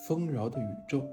丰饶的宇宙。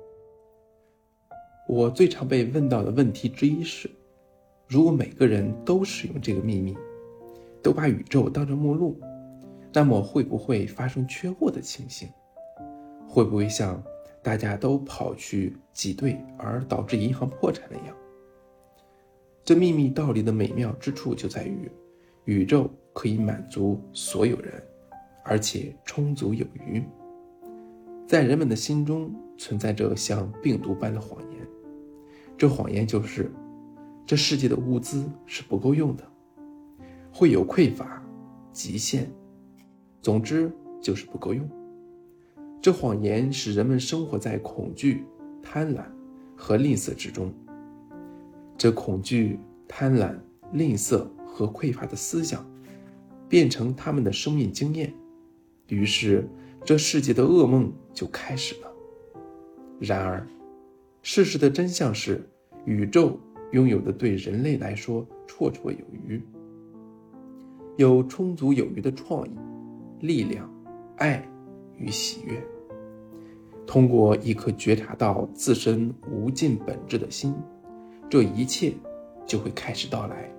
我最常被问到的问题之一是，如果每个人都使用这个秘密，都把宇宙当成目录，那么会不会发生缺货的情形？会不会像大家都跑去挤兑而导致银行破产那样？这秘密道理的美妙之处就在于，宇宙可以满足所有人，而且充足有余。在人们的心中存在着像病毒般的谎言，这谎言就是这世界的物资是不够用的，会有匮乏、极限，总之就是不够用。这谎言使人们生活在恐惧、贪婪和吝啬之中。这恐惧、贪婪、吝啬和匮乏的思想变成他们的生命经验，于是这世界的噩梦就开始了。然而，事实的真相是，宇宙拥有的对人类来说绰绰有余，有充足有余的创意、力量、爱与喜悦。通过一颗觉察到自身无尽本质的心，这一切就会开始到来。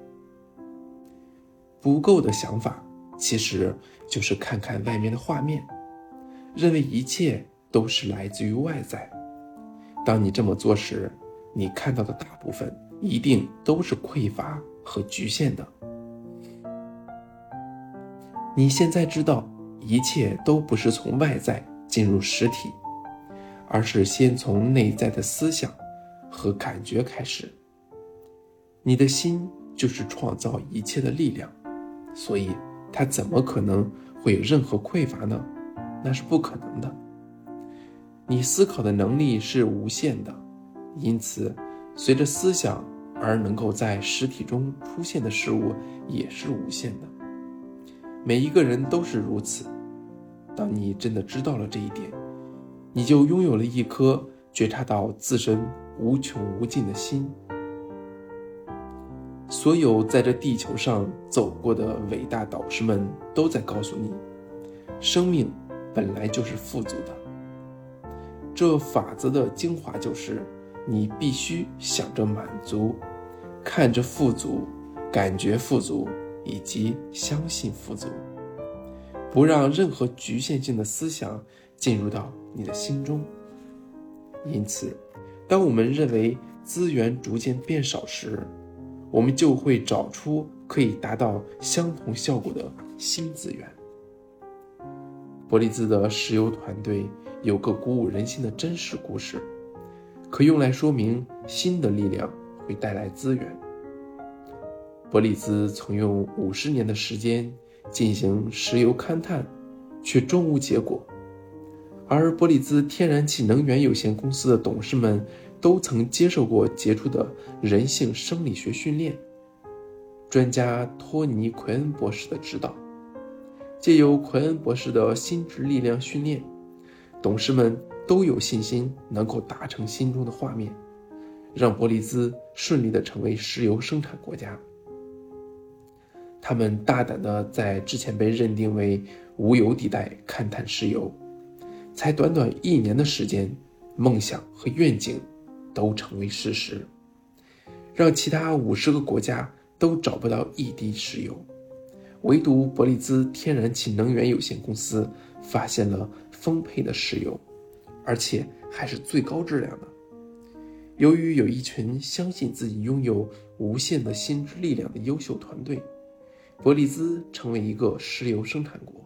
不够的想法其实就是看看外面的画面，认为一切都是来自于外在。当你这么做时，你看到的大部分一定都是匮乏和局限的。你现在知道，一切都不是从外在进入实体，而是先从内在的思想和感觉开始。你的心就是创造一切的力量，所以它怎么可能会有任何匮乏呢？那是不可能的。你思考的能力是无限的，因此随着思想而能够在实体中出现的事物也是无限的。每一个人都是如此。当你真的知道了这一点，你就拥有了一颗觉察到自身无穷无尽的心。所有在这地球上走过的伟大导师们都在告诉你，生命本来就是富足的。这法则的精华就是，你必须想着满足，看着富足，感觉富足，以及相信富足，不让任何局限性的思想进入到你的心中。因此，当我们认为资源逐渐变少时，我们就会找出可以达到相同效果的新资源。伯利兹的石油团队有个鼓舞人心的真实故事，可用来说明新的力量会带来资源。伯利兹曾用50年的时间进行石油勘探，却终无结果。而伯利兹天然气能源有限公司的董事们都曾接受过杰出的人性生理学训练。专家托尼·奎恩博士的指导，借由奎恩博士的心智力量训练，董事们都有信心能够达成心中的画面，让伯利兹顺利地成为石油生产国家。他们大胆地在之前被认定为无油地带勘探石油，才短短1年的时间，梦想和愿景都成为事实，让其他50个国家都找不到一滴石油，唯独伯利兹天然气能源有限公司发现了丰沛的石油，而且还是最高质量的。由于有一群相信自己拥有无限的心智力量的优秀团队，伯利兹成为一个石油生产国。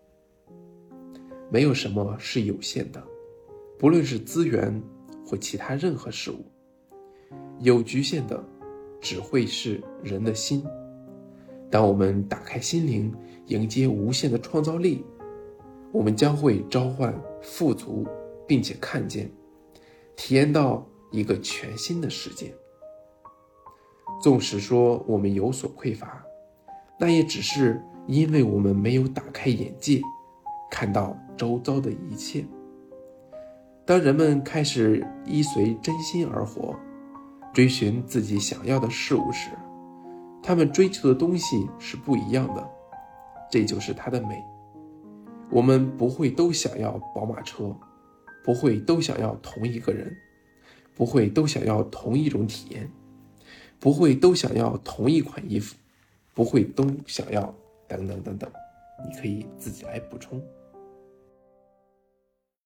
没有什么是有限的，不论是资源或其他任何事物。有局限的只会是人的心。当我们打开心灵，迎接无限的创造力，我们将会召唤富足，并且看见、体验到一个全新的世界。纵使说我们有所匮乏，那也只是因为我们没有打开眼界，看到周遭的一切。当人们开始依随真心而活，追寻自己想要的事物时，他们追求的东西是不一样的，这就是它的美。我们不会都想要宝马车， 不会都想要同一个人，不会都想要同一种体验，不会都想要同一款衣服，不会都想要等等等等，你可以自己来补充。